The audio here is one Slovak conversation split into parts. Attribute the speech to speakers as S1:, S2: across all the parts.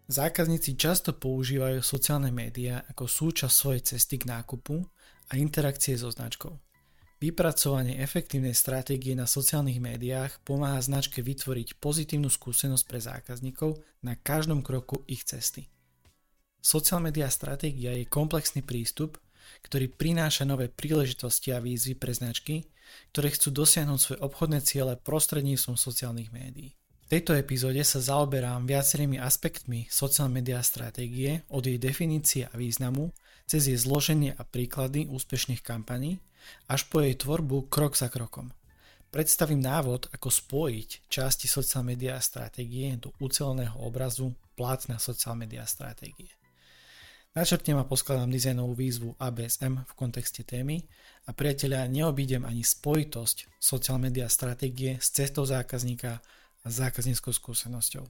S1: Zákazníci často používajú sociálne médiá ako súčasť svojej cesty k nákupu a interakcie so značkou. Vypracovanie efektívnej stratégie na sociálnych médiách pomáha značke vytvoriť pozitívnu skúsenosť pre zákazníkov na každom kroku ich cesty. Sociálna média stratégia je komplexný prístup, ktorý prináša nové príležitosti a výzvy pre značky, ktoré chcú dosiahnuť svoje obchodné ciele prostredníctvom sociálnych médií. V tejto epizóde sa zaoberám viacerými aspektmi sociálnej média stratégie, od jej definície a významu, cez jej zloženie a príklady úspešných kampaní, až po jej tvorbu krok za krokom. Predstavím návod, ako spojiť časti sociálnej média stratégie do uceleného obrazu plátna sociálnej média stratégie. Načrtnem a poskladám dizajnovú výzvu ABSM v kontexte témy a priatelia, neobídem ani spojitosť sociálnej média stratégie s cestou zákazníka a zákazníckou skúsenosťou.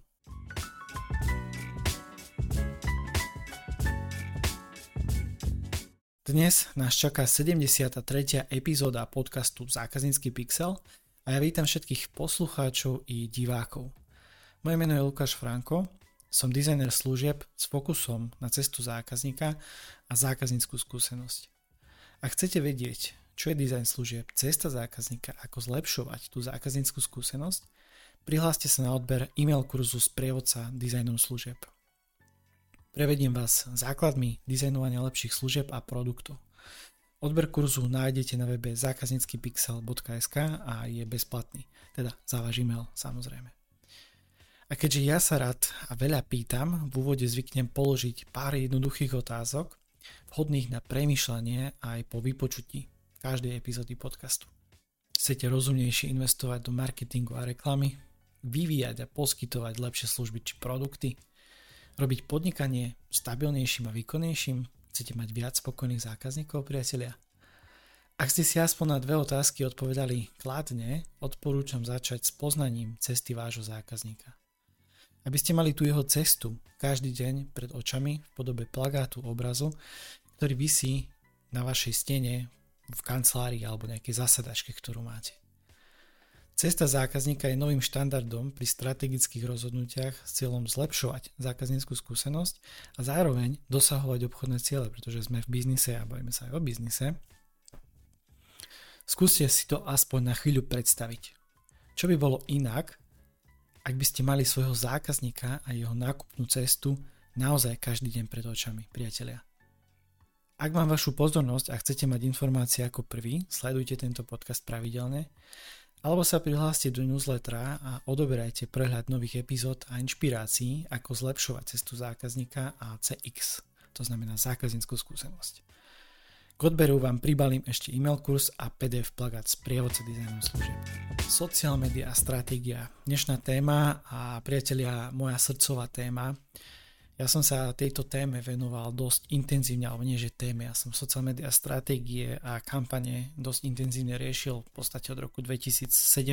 S1: Dnes nás čaká 73. epizóda podcastu Zákaznícky pixel a ja vítam všetkých poslucháčov i divákov. Moje meno je Lukáš Franko, som dizajner služieb s fokusom na cestu zákazníka a zákaznícku skúsenosť. Ak chcete vedieť, čo je dizajn služieb, cesta zákazníka, ako zlepšovať tú zákaznícku skúsenosť, prihláste sa na odber e-mail kurzu Sprievodca dizajnom služieb. Prevediem vás základmi dizajnovania lepších služieb a produktov. Odber kurzu nájdete na webe zákazníckypixel.sk a je bezplatný, teda za váš e-mail samozrejme. A keďže ja sa rád a veľa pýtam, v úvode zvyknem položiť pár jednoduchých otázok, vhodných na premýšľanie aj po vypočutí každej epizódy podcastu. Chcete rozumnejšie investovať do marketingu a reklamy, vyvíjať a poskytovať lepšie služby či produkty, robiť podnikanie stabilnejším a výkonnejším, chcete mať viac spokojných zákazníkov, priatelia? Ak ste si aspoň na dve otázky odpovedali kladne, odporúčam začať s poznaním cesty vášho zákazníka. Aby ste mali tu jeho cestu každý deň pred očami v podobe plagátu obrazu, ktorý visí na vašej stene v kancelárii alebo nejakej zasadačke, ktorú máte. Cesta zákazníka je novým štandardom pri strategických rozhodnutiach s cieľom zlepšovať zákaznícku skúsenosť a zároveň dosahovať obchodné ciele, pretože sme v biznise a bavíme sa aj o biznise. Skúste si to aspoň na chvíľu predstaviť. Čo by bolo inak, ak by ste mali svojho zákazníka a jeho nákupnú cestu naozaj každý deň pred očami, priatelia? Ak mám vašu pozornosť a chcete mať informácie ako prvý, sledujte tento podcast pravidelne, alebo sa prihláste do newslettera a odoberajte prehľad nových epizód a inšpirácií, ako zlepšovať cestu zákazníka a CX, to znamená zákaznícku skúsenosť. K odberu vám pribalím ešte e-mail kurz a PDF plagát Sprievodca dizajnom služieb. Sociálne média a stratégia. Dnešná téma a priatelia, moja srdcová téma. Ja som sa tejto téme venoval dosť intenzívne, alebo nie že téme, ja som sociálne médiá, stratégie a kampane dosť intenzívne riešil v podstate od roku 2017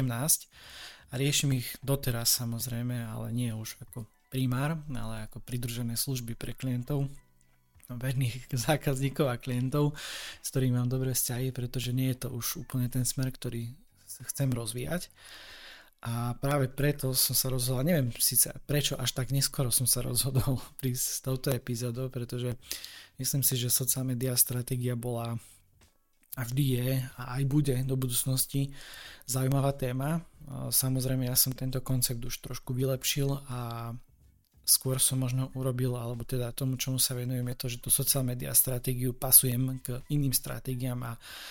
S1: a riešim ich doteraz samozrejme, ale nie už ako primár, ale ako pridružené služby pre klientov, verných zákazníkov a klientov, s ktorými mám dobré vzťahy, pretože nie je to už úplne ten smer, ktorý chcem rozvíjať. A práve preto som sa rozhodol, neviem síce prečo až tak neskoro som sa rozhodol prísť s touto epizódou, pretože myslím si, že sociálna média stratégia bola a vždy je a aj bude do budúcnosti zaujímavá téma. Samozrejme ja som tento koncept už trošku vylepšil a skôr som možno urobil, alebo teda tomu, čomu sa venujem, je to, že tú sociálna média stratégiu pasujem k iným stratégiám a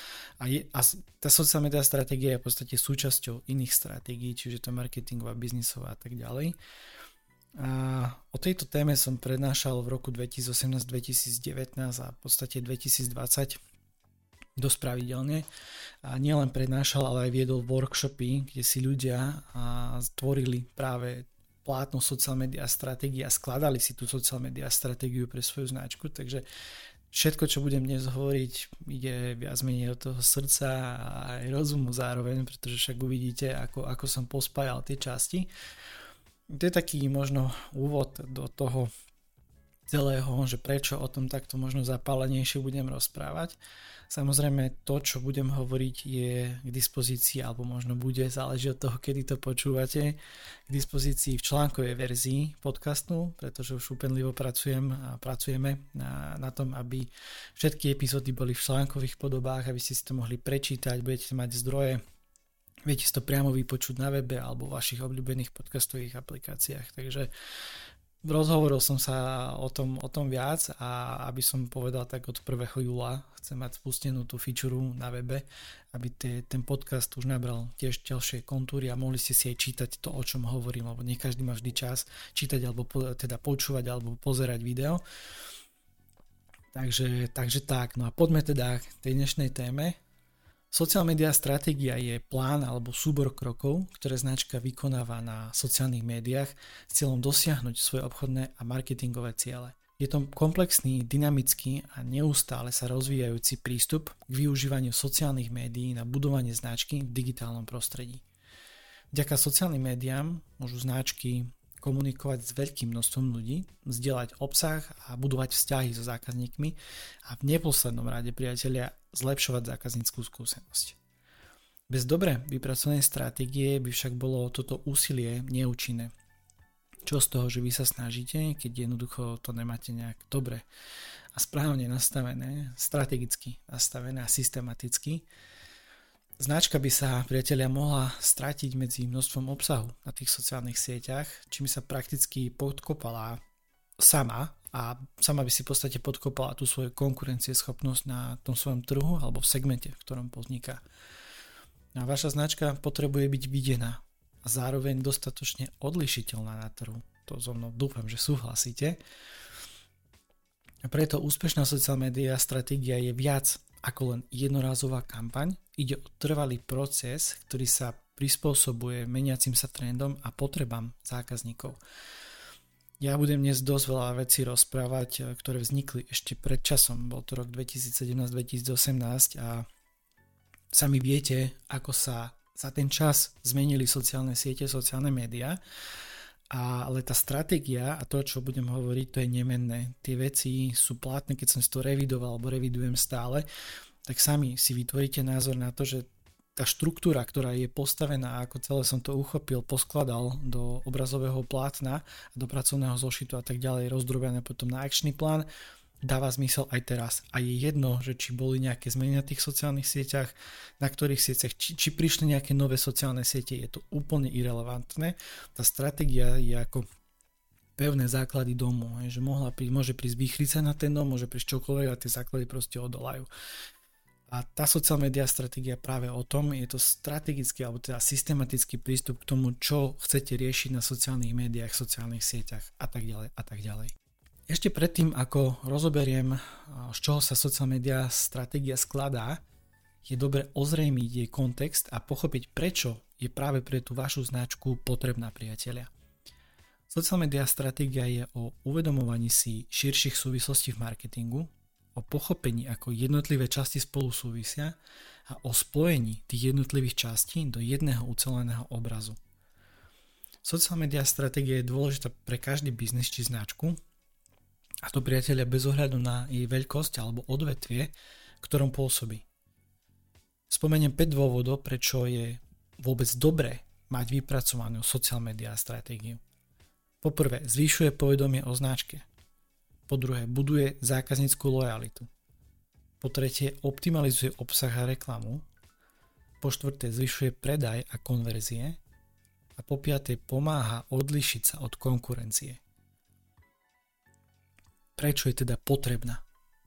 S1: tá sociálna média stratégia je v podstate súčasťou iných stratégií, čiže to marketingová, biznisová a tak ďalej. A o tejto téme som prednášal v roku 2018-2019 a v podstate 2020 dosť pravidelne. A nielen prednášal, ale aj viedol workshopy, kde si ľudia tvorili práve plátno sociálne média stratégie a skladali si tú sociálne média stratégiu pre svoju značku, takže všetko, čo budem dnes hovoriť, ide viac menej od toho srdca a aj rozumu zároveň, pretože však uvidíte, ako som pospájal tie časti. To je taký možno úvod do toho, celého, že prečo o tom takto možno zapálenejšie budem rozprávať. Samozrejme to, čo budem hovoriť, je k dispozícii, alebo možno bude, záleží od toho, kedy to počúvate, k dispozícii v článkovej verzii podcastu, pretože už úpenlivo pracujeme na tom, aby všetky epizódy boli v článkových podobách, aby ste si to mohli prečítať, budete mať zdroje, viete si to priamo vypočuť na webe alebo v vašich obľúbených podcastových aplikáciách. Takže rozhovoril som sa o tom viac a aby som povedal, tak od 1. júla chcem mať spustenú tú feature na webe, aby ten podcast už nabral tiež ďalšie kontúry a mohli ste si aj čítať to, o čom hovorím, lebo nie každý má vždy čas čítať alebo teda počúvať alebo pozerať video. Takže tak, no a poďme teda k tej dnešnej téme. Social media stratégia je plán alebo súbor krokov, ktoré značka vykonáva na sociálnych médiách s cieľom dosiahnuť svoje obchodné a marketingové ciele. Je to komplexný, dynamický a neustále sa rozvíjajúci prístup k využívaniu sociálnych médií na budovanie značky v digitálnom prostredí. Vďaka sociálnym médiám môžu značky komunikovať s veľkým množstvom ľudí, zdieľať obsah a budovať vzťahy so zákazníkmi a v neposlednom rade, priatelia, zlepšovať zákazníckú skúsenosť. Bez dobre vypracovanej stratégie by však bolo toto úsilie neúčinné. Čo z toho, že vy sa snažíte, keď jednoducho to nemáte nejak dobre a správne nastavené, strategicky nastavené a systematicky, značka by sa, priatelia, mohla stratiť medzi množstvom obsahu na tých sociálnych sieťach, čím sa prakticky podkopala sama a sama by si v podstate podkopala tú svoju konkurencieschopnosť na tom svojom trhu alebo v segmente, v ktorom podniká. A vaša značka potrebuje byť videná a zároveň dostatočne odlišiteľná na trhu. To so mnou dúfam, že súhlasíte. A preto úspešná sociálna média stratégia je viac ako len jednorázová kampaň. Ide o trvalý proces, ktorý sa prispôsobuje meniacim sa trendom a potrebám zákazníkov. Ja budem dnes dosť veľa vecí rozprávať, ktoré vznikli ešte pred časom. Bol to rok 2017-2018 a sami viete, ako sa za ten čas zmenili sociálne siete, sociálne médiá. Ale tá stratégia a to, čo budem hovoriť, to je nemenné. Tie veci sú platné, keď som si to revidoval alebo revidujem stále, tak sami si vytvoríte názor na to, že tá štruktúra, ktorá je postavená, ako celé som to uchopil, poskladal do obrazového plátna, do pracovného zošitu a tak ďalej, rozdrobené potom na akčný plán, dáva zmysel aj teraz. A je jedno, že či boli nejaké zmeny na tých sociálnych sieťach, na ktorých sieťach, či prišli nejaké nové sociálne siete, je to úplne irelevantné. Tá stratégia je ako pevné základy domu, že môže prísť výchrica na ten dom, môže prísť čokoľvek a tie základy proste odolajú. A tá sociálna media stratégia práve o tom, je to strategický alebo teda systematický prístup k tomu, čo chcete riešiť na sociálnych médiách, sociálnych sieťach a tak ďalej a tak ďalej. Ešte predtým, ako rozoberiem, z čoho sa sociálna media stratégia skladá, je dobre ozrejmiť jej kontext a pochopiť, prečo je práve pre tú vašu značku potrebná, priatelia. Sociálna media stratégia je o uvedomovaní si širších súvislostí v marketingu, o pochopení, ako jednotlivé časti spolu súvisia a o spojení tých jednotlivých častí do jedného uceleného obrazu. Sociálna media stratégia je dôležitá pre každý biznis či značku, a to, priatelia, bez ohľadu na jej veľkosť alebo odvetvie, v ktorom pôsobí. Spomeniem 5 dôvodov, prečo je vôbec dobré mať vypracovanú sociálnu media stratégiu. Po prvé, zvyšuje povedomie o značke. Po druhé, buduje zákaznícku lojalitu. Po tretie, optimalizuje obsah a reklamu. Po štvrté, zvyšuje predaj a konverzie. A po piaté, pomáha odlišiť sa od konkurencie. Prečo je teda potrebná?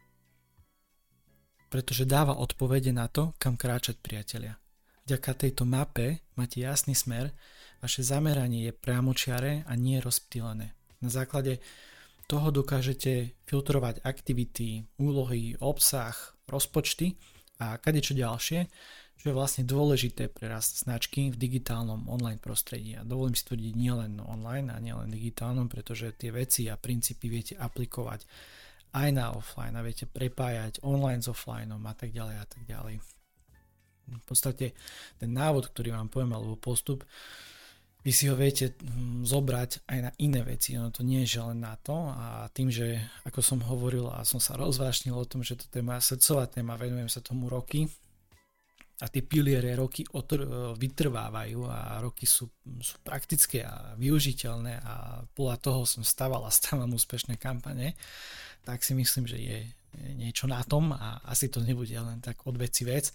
S1: Pretože dáva odpovede na to, kam kráčať, priatelia. Vďaka tejto mape máte jasný smer, vaše zameranie je priamočiare a nie rozptýlené. Na základe toho dokážete filtrovať aktivity, úlohy, obsah, rozpočty a kadečo ďalšie, čo je vlastne dôležité pre rast značky v digitálnom online prostredí. A dovolím si tvrdiť nielen online a nielen digitálnom, pretože tie veci a princípy viete aplikovať aj na offline a viete prepájať online s offlineom a tak ďalej a tak ďalej. V podstate ten návod, ktorý vám poviem, alebo postup, vy si ho viete zobrať aj na iné veci, ono to nie je len na to a tým, že ako som hovoril a som sa rozvášnil o tom, že toto je moja srdcová téma, venujem sa tomu roky a tie piliere roky vytrvávajú a roky sú praktické a využiteľné a podľa toho som staval a stávam úspešné kampane, tak si myslím, že je niečo na tom a asi to nebude len tak od veci vec.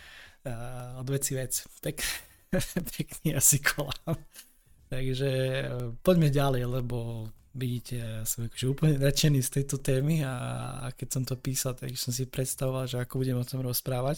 S1: Pekný asi kolám. Takže poďme ďalej, lebo vidíte, ja som akože úplne nadšený z tejto témy a keď som to písal, tak som si predstavoval, že ako budem o tom rozprávať.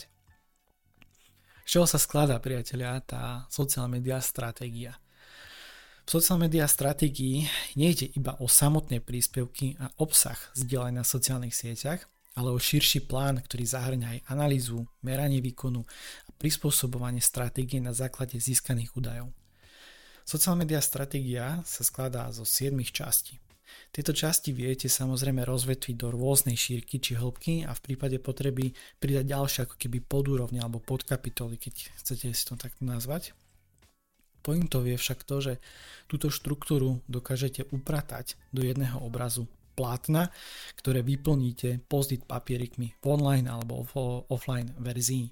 S1: Z čoho sa skladá, priatelia, tá sociálna média stratégia? V sociálnej média stratégii nejde iba o samotné príspevky a obsah zdieľaný na sociálnych sieťach, ale o širší plán, ktorý zahŕňa aj analýzu, meranie výkonu a prispôsobovanie stratégie na základe získaných údajov. Sociálna média stratégia sa skladá zo 7 častí. Tieto časti viete samozrejme rozvetviť do rôznej šírky či hĺbky a v prípade potreby pridať ďalšie ako keby podúrovne alebo podkapitoly, keď chcete si to takto nazvať. Pointou je však to, že túto štruktúru dokážete upratať do jedného obrazu plátna, ktoré vyplníte post-it papierikmi v online alebo v offline verzii.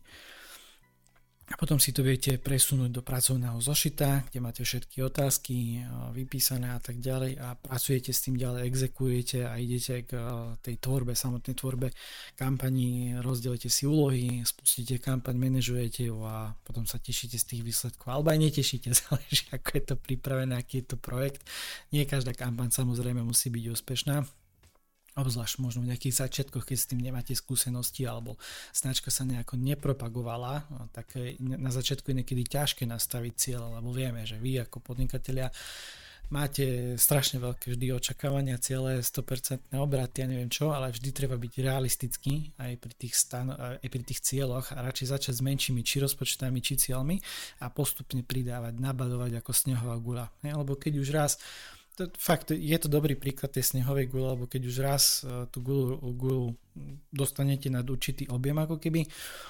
S1: A potom si to viete presunúť do pracovného zošita, kde máte všetky otázky vypísané a tak ďalej a pracujete s tým ďalej, exekujete a idete k tej tvorbe, samotnej tvorbe kampaní, rozdelíte si úlohy, spustíte kampaň, manažujete ju a potom sa tešíte z tých výsledkov. Alebo aj netešíte, záleží ako je to pripravené, aký je to projekt. Nie každá kampaň samozrejme musí byť úspešná. Obzvlášť možno v nejakých začiatkoch, keď s tým nemáte skúsenosti alebo značka sa nejako nepropagovala, tak na začiatku je niekedy ťažké nastaviť cieľ, lebo vieme, že vy ako podnikatelia máte strašne veľké vždy očakávania, ciele, 100% obraty, ja neviem čo, ale vždy treba byť realistický aj pri tých cieľoch a radšej začať s menšími či rozpočtami, či cieľmi a postupne pridávať, nabaľovať ako snehová guľa. Lebo keď už raz fakt, je to dobrý príklad tej snehovej gule, lebo keď už raz tú gulu dostanete nad určitý objem ako keby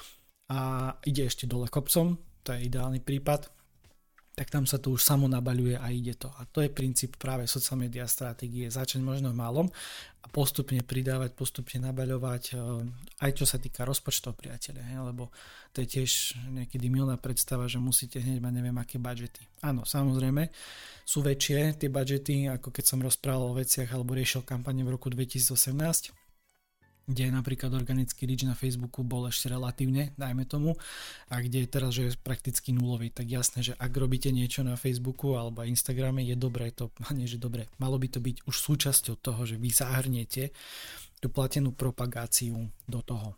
S1: a ide ešte dole kopcom, to je ideálny prípad, tak tam sa to už samo nabaľuje a ide to. A to je princíp práve sociálnej média stratégie. Začať možno v malom a postupne pridávať, postupne nabaľovať, aj čo sa týka rozpočtov, priateľe, lebo to je tiež niekedy milná predstava, že musíte hneď mať neviem aké budžety. Áno, samozrejme, sú väčšie tie budžety, ako keď som rozprával o veciach alebo riešil kampane v roku 2018, kde napríklad organický reach na Facebooku bol ešte relatívne, dajme tomu, a kde je teraz, že je prakticky nulový, tak jasné, že ak robíte niečo na Facebooku alebo Instagrame, je dobré to, nie že dobré, malo by to byť už súčasťou toho, že vy zahrniete tú platenú propagáciu do toho.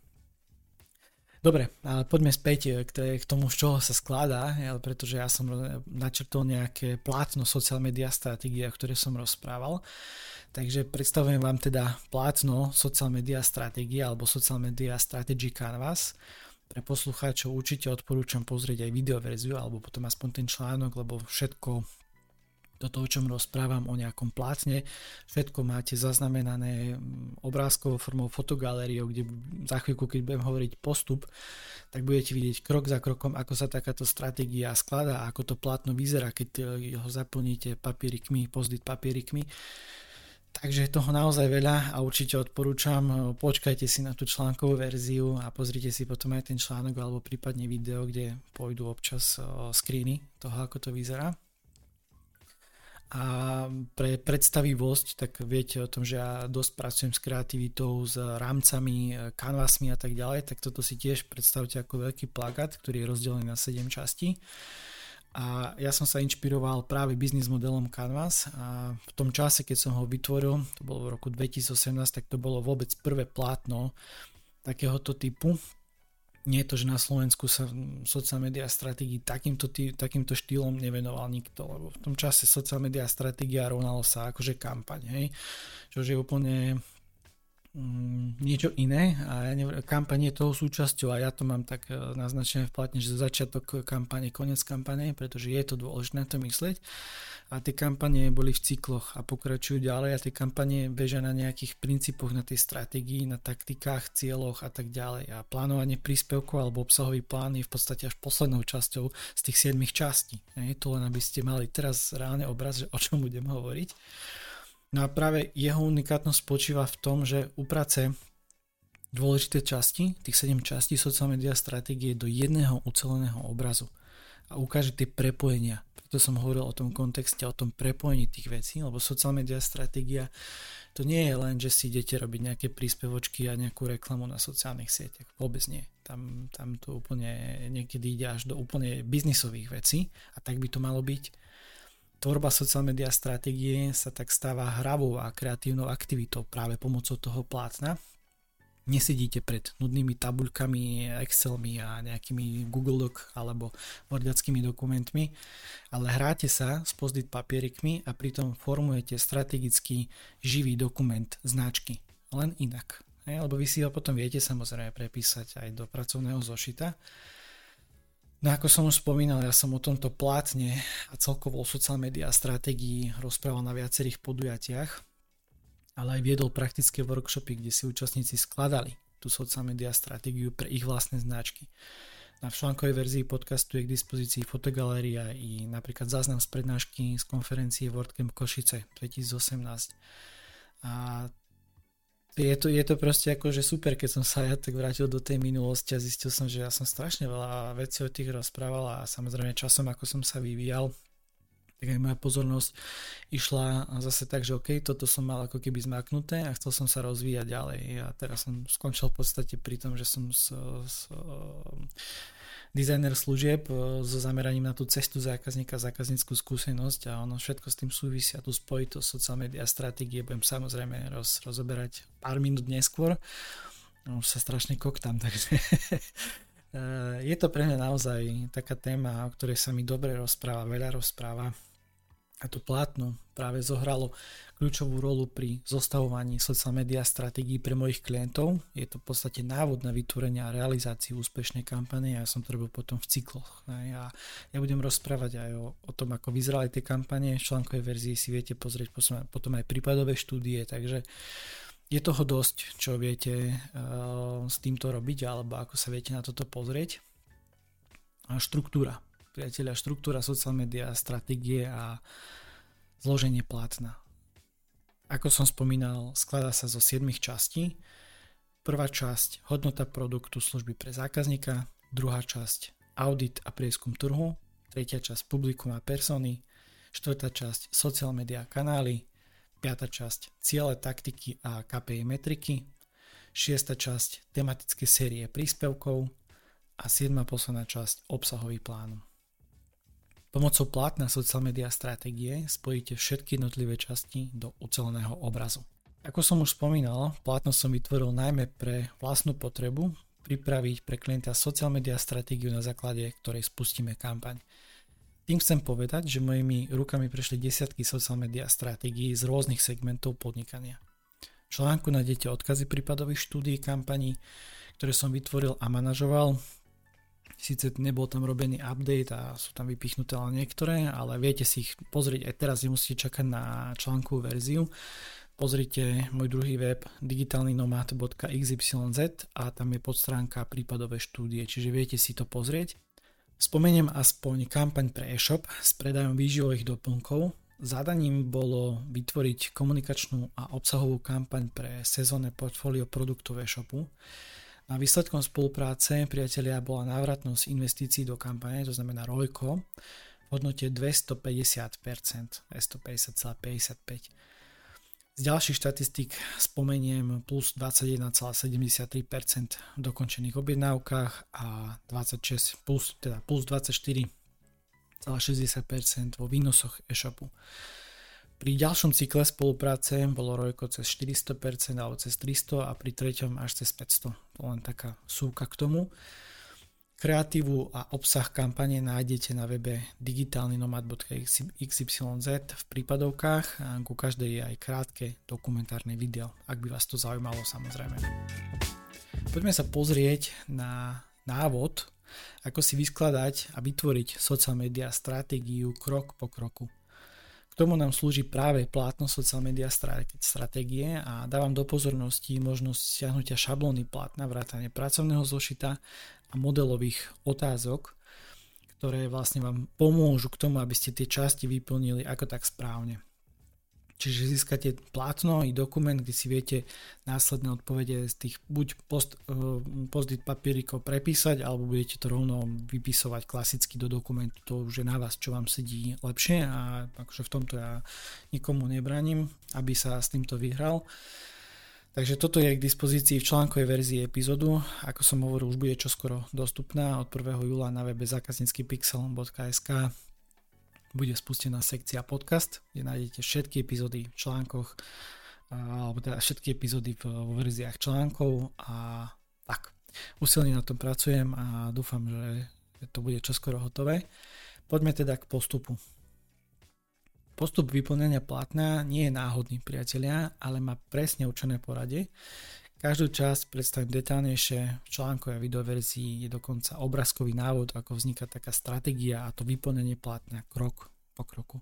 S1: Dobre, ale poďme späť k tomu, z čoho sa skladá, pretože ja som načrtol nejaké plátno social media stratégie, o ktorej som rozprával. Takže predstavujem vám teda plátno social media stratégie alebo social media strategy canvas. Pre poslucháčov určite odporúčam pozrieť aj videoverziu alebo potom aspoň ten článok, lebo všetko toto, o čom rozprávam, o nejakom plátne, všetko máte zaznamenané obrázkovou formou, fotogalériou, kde za chvíľku, keď budem hovoriť postup, tak budete vidieť krok za krokom, ako sa takáto stratégia skladá, ako to plátno vyzerá, keď ho zaplníte papierikmi, post-it papierikmi. Takže je toho naozaj veľa a určite odporúčam, počkajte si na tú článkovú verziu a pozrite si potom aj ten článok alebo prípadne video, kde pôjdu občas screeny toho, ako to vyzerá. A pre predstavivosť, tak viete o tom, že ja dosť pracujem s kreativitou, s rámcami, kanvasmi a tak ďalej, tak toto si tiež predstavte ako veľký plagát, ktorý je rozdelený na 7 častí. A ja som sa inšpiroval práve biznis modelom Canvas a v tom čase, keď som ho vytvoril, to bolo v roku 2018, tak to bolo vôbec prvé plátno takéhoto typu. Nie je to, že na Slovensku sa sociálna média stratégii takýmto štýlom nevenoval nikto, lebo v tom čase sociálna média stratégia rovnalo sa akože kampaň, hej, čo je úplne niečo iné a kampaň je toho súčasťou a ja to mám tak naznačené v platne, že začiatok kampane, koniec kampane, pretože je to dôležité na to myslieť a tie kampane boli v cykloch a pokračujú ďalej a tie kampane bežia na nejakých princípoch, na tej stratégii, na taktikách, cieľoch a tak ďalej a plánovanie príspevkov alebo obsahový plán je v podstate až poslednou časťou z tých 7 častí. Je to len, aby ste mali teraz reálne obraz, že o čom budem hovoriť. No a práve jeho unikátnosť spočíva v tom, že uprace dôležité časti, tých 7 častí social media stratégie do jedného uceleného obrazu a ukáže tie prepojenia. Preto som hovoril o tom kontexte, o tom prepojení tých vecí, lebo social media stratégia to nie je len, že si idete robiť nejaké príspevočky a nejakú reklamu na sociálnych sieťach. Vôbec nie. Tam to úplne niekedy ide až do úplne biznisových vecí a tak by to malo byť. Tvorba social media stratégie sa tak stáva hravou a kreatívnou aktivitou práve pomocou toho plátna. Nesedíte pred nudnými tabuľkami, Excelmi a nejakými Google Doc alebo wordiackými dokumentmi, ale hráte sa s post-it papierikmi a pritom formujete strategický živý dokument značky. Len inak. Lebo vy si ho potom viete samozrejme prepísať aj do pracovného zošita. No ako som už spomínal, ja som o tomto plátne a celkovo o social media stratégii rozprával na viacerých podujatiach, ale aj viedol praktické workshopy, kde si účastníci skladali tú social media stratégiu pre ich vlastné značky. Na článkovej verzii podcastu je k dispozícii fotogaléria i napríklad záznam z prednášky z konferencie WordCamp Košice 2018. A je to proste akože super, keď som sa ja tak vrátil do tej minulosti a zistil som, že ja som strašne veľa vecí o tých rozprával a samozrejme časom, ako som sa vyvíjal, tak aj moja pozornosť išla zase tak, že OK, toto som mal ako keby zmaknuté a chcel som sa rozvíjať ďalej a teraz som skončil v podstate pri tom, že som dizajner služieb so zameraním na tú cestu zákazníka, zákazníckú skúsenosť a ono všetko s tým súvisí a tú spojitosť social media stratégie budem samozrejme rozoberať pár minút neskôr. Už sa strašne koktám, takže je to pre mňa naozaj taká téma, o ktorej sa mi dobre rozpráva, veľa rozpráva. A to plátno práve zohralo kľúčovú rolu pri zostavovaní social media stratégií pre mojich klientov. Je to v podstate návod na vytvorenie a realizáciu úspešnej kampane a ja som to robil potom v cykloch. Ja budem rozprávať aj o tom, ako vyzerali tie kampane. V článkovej verzii si viete pozrieť potom aj prípadové štúdie, takže je toho dosť, čo viete s týmto robiť alebo ako sa viete na toto pozrieť. A štruktúra. Priatelia, štruktúra social media, stratégie a zloženie plátna. Ako som spomínal, skladá sa zo 7 častí. Prvá časť hodnota produktu služby pre zákazníka, druhá časť audit a prieskum trhu, tretia časť publikum a persony, štvrtá časť social media kanály, piata časť ciele, taktiky a KPI metriky, šiesta časť tematické série príspevkov a 7. posledná časť obsahový plán. Pomocou plátna social media stratégie spojíte všetky jednotlivé časti do uceleného obrazu. Ako som už spomínal, plátno som vytvoril najmä pre vlastnú potrebu pripraviť pre klienta social media stratégiu, na základe ktorej spustíme kampaň. Tým chcem povedať, že mojimi rukami prešli desiatky social media stratégií z rôznych segmentov podnikania. V článku nájdete odkazy prípadových štúdií kampaní, ktoré som vytvoril a manažoval. Síce nebol tam robený update a sú tam vypichnuté len niektoré, ale viete si ich pozrieť aj teraz, nemusíte čakať na článkovú verziu. Pozrite môj druhý web digitalnynomad.xyz a tam je podstránka prípadové štúdie, čiže viete si to pozrieť. Spomeniem aspoň kampaň pre e-shop s predajom výživových doplnkov. Zadaním bolo vytvoriť komunikačnú a obsahovú kampaň pre sezónne portfólio produktov e-shopu. A výsledkom spolupráce, priatelia, bola návratnosť investícií do kampane, to znamená ROIKO, v hodnote 250%, 250,55%. Z ďalších štatistík spomeniem plus 21,73% v dokončených objednávkach a 26 plus 24,60% vo výnosoch e-shopu. Pri ďalšom cykle spolupráce bolo ROIKO cez 400% alebo cez 300 a pri treťom až cez 500. To len taká súka k tomu. Kreatívu a obsah kampane nájdete na webe digitálnynomad.xyz v prípadovkách a ku každej je aj krátke dokumentárne video, ak by vás to zaujímalo samozrejme. Poďme sa pozrieť na návod, ako si vyskladať a vytvoriť social media stratégiu krok po kroku. K tomu nám slúži práve plátno social media stratégie a dávam do pozornosti možnosť stiahnutia šablóny plátna, vrátane pracovného zošita a modelových otázok, ktoré vlastne vám pomôžu k tomu, aby ste tie časti vyplnili ako tak správne. Čiže získate plátno i dokument, kde si viete následné odpovede z tých buď post-it papierikov prepísať, alebo budete to rovno vypisovať klasicky do dokumentu. To už je na vás, čo vám sedí lepšie a akože v tomto ja nikomu nebraním, aby sa s týmto vyhral. Takže toto je k dispozícii v článkovej verzii epizódu. Ako som hovoril, už bude čoskoro dostupná od 1. júla na webe zákazníckypixel.sk. Bude spustená sekcia podcast, kde nájdete všetky epizódy v článkoch, alebo teda všetky epizódy vo verziách článkov a tak. Usilne na tom pracujem a dúfam, že to bude čoskoro hotové. Poďme teda k postupu. Postup vyplňania plátna nie je náhodný, priatelia, ale má presne určené poradie. Každú časť predstavím detailnejšie, v článkovej videoverzii je dokonca obrázkový návod, ako vzniká taká stratégia a to vyplnenie plátna krok po kroku.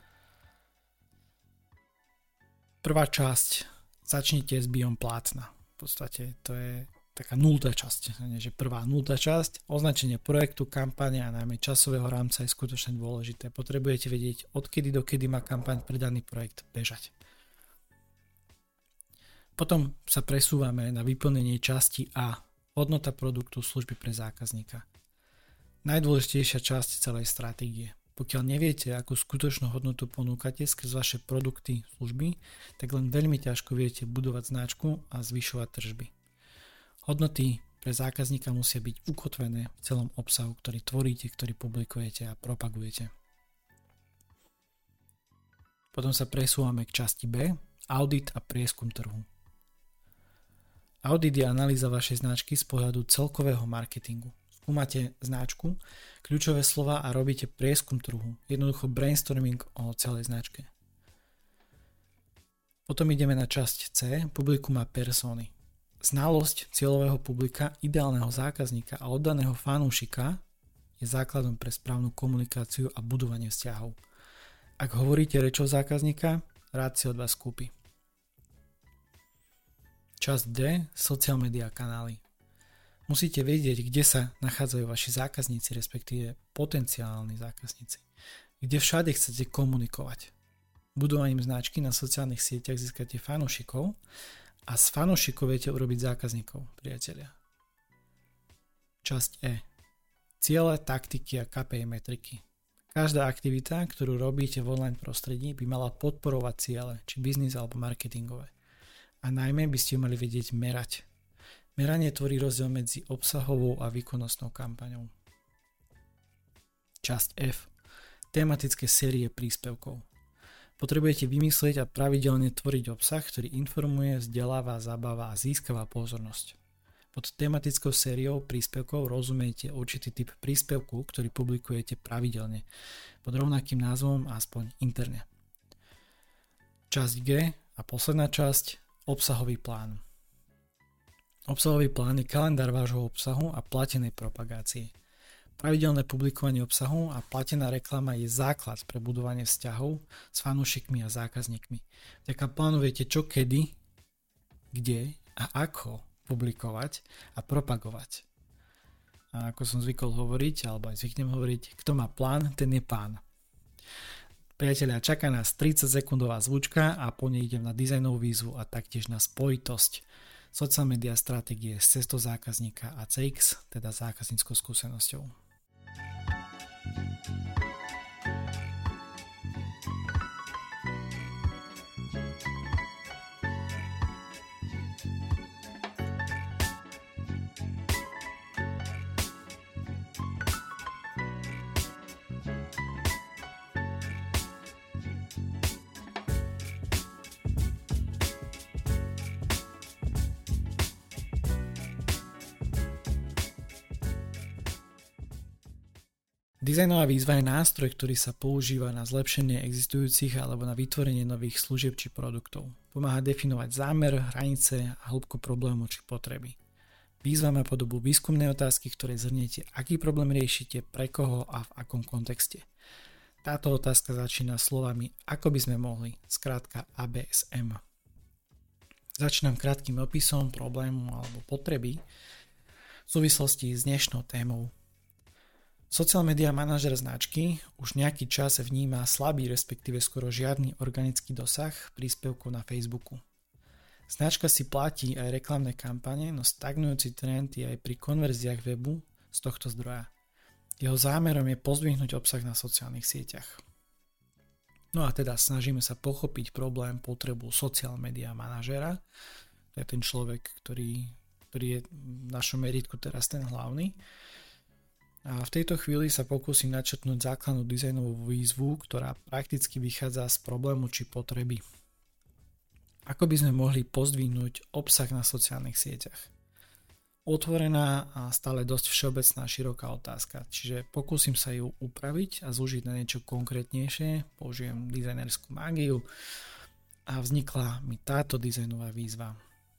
S1: Prvá časť, začnite s biom plátna. V podstate to je taká nultá časť, nie že prvá nultá časť. Označenie projektu, kampane a najmä časového rámca je skutočne dôležité. Potrebujete vedieť, odkedy do kedy má kampaň pre daný projekt bežať. Potom sa presúvame na vyplnenie časti A, hodnota produktu služby pre zákazníka. Najdôležitejšia časť celej stratégie. Pokiaľ neviete, akú skutočnú hodnotu ponúkate skrz vaše produkty, služby, tak len veľmi ťažko viete budovať značku a zvyšovať tržby. Hodnoty pre zákazníka musia byť ukotvené v celom obsahu, ktorý tvoríte, ktorý publikujete a propagujete. Potom sa presúvame k časti B, audit a prieskum trhu. Audit je analýza vašej značky z pohľadu celkového marketingu. Skúmate značku, kľúčové slova a robíte prieskum trhu. Jednoducho brainstorming o celej značke. Potom ideme na časť C, publikum a persony. Znalosť cieľového publika, ideálneho zákazníka a oddaného fanúšika je základom pre správnu komunikáciu a budovanie vzťahov. Ak hovoríte rečou zákazníka, rád si od vás kúpi. Časť D, social media kanály. Musíte vedieť, kde sa nachádzajú vaši zákazníci, respektíve potenciálni zákazníci. Kde všade chcete komunikovať. Budovaním značky na sociálnych sieťach získate fanúšikov a z fanúšikov viete urobiť zákazníkov, priatelia. Časť E. Ciele, taktiky a KPI metriky. Každá aktivita, ktorú robíte v online prostredí, by mala podporovať ciele, či biznis alebo marketingové. A najmä by ste mali vedieť merať. Meranie tvorí rozdiel medzi obsahovou a výkonnostnou kampaňou. Časť F. Tematické série príspevkov. Potrebujete vymyslieť a pravidelne tvoriť obsah, ktorý informuje, vzdeláva, zabáva a získava pozornosť. Pod tematickou sériou príspevkov rozumiete určitý typ príspevku, ktorý publikujete pravidelne, pod rovnakým názvom aspoň interne. Časť G a posledná časť, obsahový plán. Obsahový plán je kalendár vášho obsahu a platenej propagácie. Pravidelné publikovanie obsahu a platená reklama je základ pre budovanie vzťahov s fanúšikmi a zákazníkmi. Vďaka plánu viete čo, kedy, kde a ako publikovať a propagovať. A ako som zvykol hovoriť, alebo aj zvyknem hovoriť, kto má plán, ten je pán. Priatelia, čaká nás 30-sekundová zvučka a po nej idem na dizajnovú výzvu a taktiež na spojitosť social media stratégie s cestou zákazníka a CX, teda zákazníckou skúsenosťou. Dizajnová výzva je nástroj, ktorý sa používa na zlepšenie existujúcich alebo na vytvorenie nových služieb či produktov. Pomáha definovať zámer, hranice a hĺbku problému či potreby. Výzva má podobu výskumnej otázky, v ktorej zhrniete, aký problém riešite, pre koho a v akom kontexte. Táto otázka začína slovami ako by sme mohli, skrátka ABSM. Začínam krátkym opisom problému alebo potreby v súvislosti s dnešnou témou. Social media manažer značky už nejaký čas vníma slabý, respektíve skoro žiadny organický dosah príspevkov na Facebooku. Značka si platí aj reklamné kampane, no stagnujúci trend je aj pri konverziách webu z tohto zdroja. Jeho zámerom je pozdvihnúť obsah na sociálnych sieťach. No a teda snažíme sa pochopiť problém, potrebu social media manažera. To je ten človek, ktorý je v našom meritku teraz ten hlavný. A v tejto chvíli sa pokúsim načrtnúť základnú dizajnovú výzvu, ktorá prakticky vychádza z problému či potreby. Ako by sme mohli pozdvihnúť obsah na sociálnych sieťach? Otvorená a stále dosť všeobecná široká otázka, čiže pokúsim sa ju upraviť a zúžiť na niečo konkrétnejšie, použijem dizajnerskú mágiu a vznikla mi táto dizajnová výzva.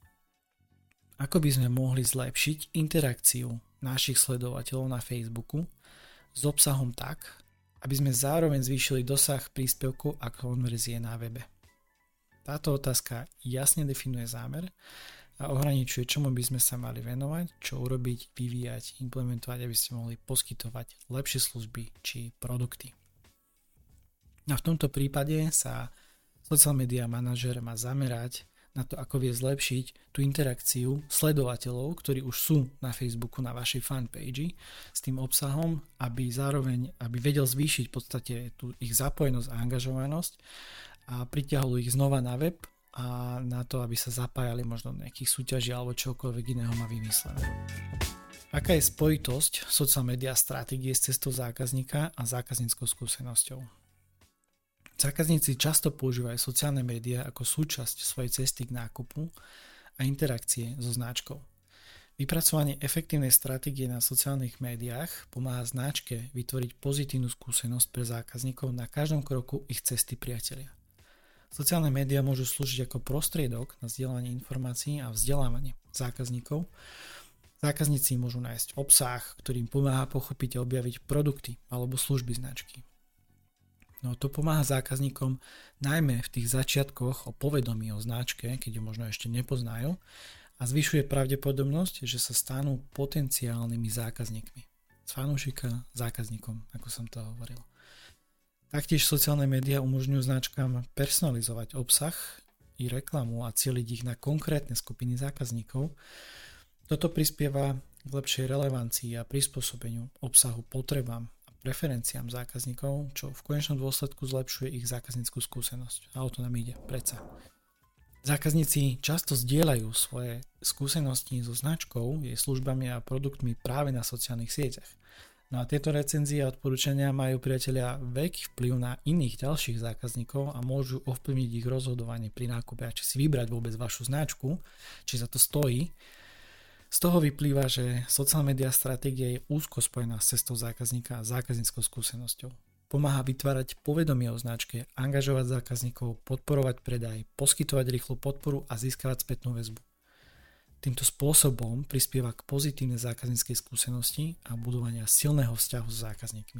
S1: Ako by sme mohli zlepšiť interakciu našich sledovateľov na Facebooku s obsahom tak, aby sme zároveň zvýšili dosah príspevkov a konverzie na webe. Táto otázka jasne definuje zámer a ohraničuje, čomu by sme sa mali venovať, čo urobiť, vyvíjať, implementovať, aby ste mohli poskytovať lepšie služby či produkty. A v tomto prípade sa social media manažer má zamerať na to, ako vie zlepšiť tú interakciu sledovateľov, ktorí už sú na Facebooku, na vašej fanpage s tým obsahom, aby vedel zvýšiť v podstate tú ich zapojenosť a angažovanosť a pritiahol ich znova na web a na to, aby sa zapájali možno nejakých súťaží alebo čokoľvek iného má vymyslené. Aká je spojitosť social media stratégie s cestou zákazníka a zákazníckou skúsenosťou? Zákazníci často používajú sociálne médiá ako súčasť svojej cesty k nákupu a interakcie so značkou. Vypracovanie efektívnej stratégie na sociálnych médiách pomáha značke vytvoriť pozitívnu skúsenosť pre zákazníkov na každom kroku ich cesty priatelia. Sociálne médiá môžu slúžiť ako prostriedok na zdieľanie informácií a vzdelávanie zákazníkov. Zákazníci môžu nájsť obsah, ktorým pomáha pochopiť a objaviť produkty alebo služby značky. No to pomáha zákazníkom najmä v tých začiatkoch o povedomí o značke, keď ju možno ešte nepoznajú a zvyšuje pravdepodobnosť, že sa stanú potenciálnymi zákazníkmi. Z fanúšika zákazníkom, ako som to hovoril. Taktiež sociálne médiá umožňujú značkám personalizovať obsah i reklamu a cieliť ich na konkrétne skupiny zákazníkov. Toto prispieva k lepšej relevancii a prispôsobeniu obsahu potrebám preferenciám zákazníkov, čo v konečnom dôsledku zlepšuje ich zákaznícku skúsenosť. A o to nám ide, predsa. Zákazníci často zdieľajú svoje skúsenosti so značkou, jej službami a produktmi práve na sociálnych sieťach. No a tieto recenzie a odporúčania majú priatelia veľký vplyv na iných ďalších zákazníkov a môžu ovplyvniť ich rozhodovanie pri nákupe a či si vybrať vôbec vašu značku, či za to stojí. Z toho vyplýva, že sociálna media stratégia je úzko spojená s cestou zákazníka a zákazníckou skúsenosťou. Pomáha vytvárať povedomie o značke, angažovať zákazníkov, podporovať predaj, poskytovať rýchlu podporu a získavať spätnú väzbu. Týmto spôsobom prispieva k pozitívnej zákazníckej skúsenosti a budovania silného vzťahu s zákazníkmi.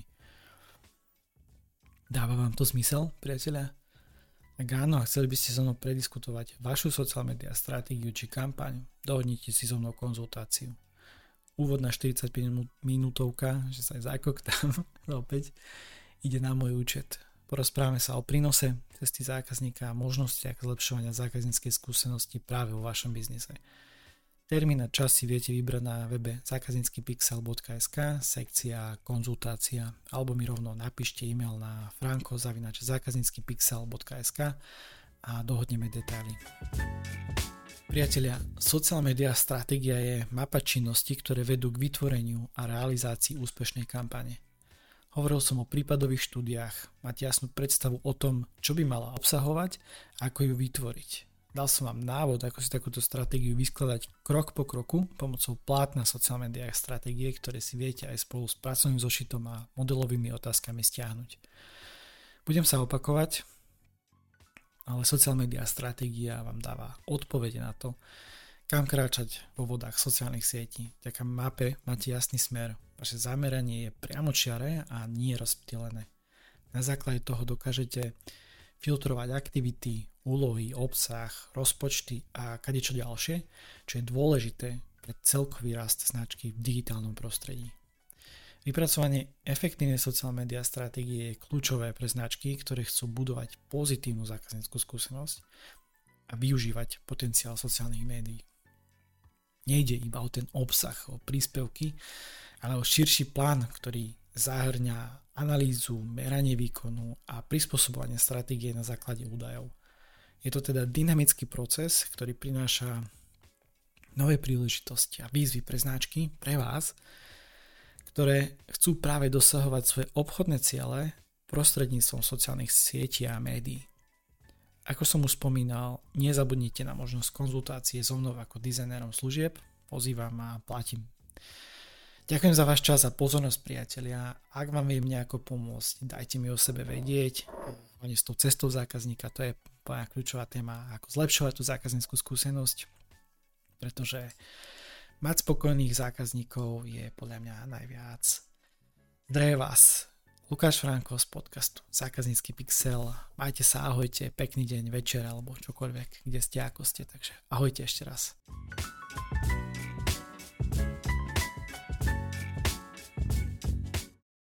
S1: Dáva vám to zmysel, priatelia? Ak áno, a chceli by ste so mnou prediskutovať vašu social media stratégiu či kampaň, dohodnite si so mnou konzultáciu. Úvodná 45 minútovka, že sa aj zakoktám, opäť ide na môj účet. Porozprávame sa o prínose cesty zákazníka a možnostiach zlepšovania zákazníckej skúsenosti práve vo vašom biznise. Termín a čas si viete vybrať na webe zákazníckypixel.sk, sekcia konzultácia, alebo mi rovno napíšte e-mail na franko@zákazníckypixel.sk a dohodneme detaily. Priatelia, social media stratégia je mapa činností, ktoré vedú k vytvoreniu a realizácii úspešnej kampane. Hovoril som o prípadových štúdiách, mať jasnú predstavu o tom, čo by mala obsahovať a ako ju vytvoriť. dal som vám návod, ako si takúto stratégiu vyskladať krok po kroku pomocou plátna sociálnych médiách stratégie, ktoré si viete aj spolu s pracovným zošitom a modelovými otázkami stiahnuť. Budem sa opakovať, ale sociálne médiá stratégia vám dáva odpovede na to, kam kráčať vo vodách sociálnych sietí. Vďaka mape máte jasný smer. Vaše zameranie je priamočiare a nie rozptýlené. Na základe toho dokážete filtrovať aktivity, úlohy, obsah, rozpočty a kadečo ďalšie, čo je dôležité pre celkový rast značky v digitálnom prostredí. Vypracovanie efektívnej sociálnej média stratégie je kľúčové pre značky, ktoré chcú budovať pozitívnu zákaznícku skúsenosť a využívať potenciál sociálnych médií. Nejde iba o ten obsah, o príspevky, ale o širší plán, ktorý zahŕňa analýzu, meranie výkonu a prispôsobovanie stratégie na základe údajov. Je to teda dynamický proces, ktorý prináša nové príležitosti a výzvy pre značky, pre vás, ktoré chcú práve dosahovať svoje obchodné ciele prostredníctvom sociálnych sietí a médií. Ako som už spomínal, nezabudnite na možnosť konzultácie so mnou ako dizajnérom služieb, pozývam a platím. Ďakujem za váš čas a pozornosť, priatelia. Ak vám viem nejako pomôcť, dajte mi o sebe vedieť. Hlavne s tou cestou zákazníka, to je moja kľúčová téma, ako zlepšovať tú zákaznícku skúsenosť, pretože mať spokojných zákazníkov je podľa mňa najviac. Zdravím vás, Lukáš Franko z podcastu Zákaznícky pixel. Majte sa, ahojte, pekný deň, večer alebo čokoľvek, kde ste, ako ste. Takže ahojte ešte raz.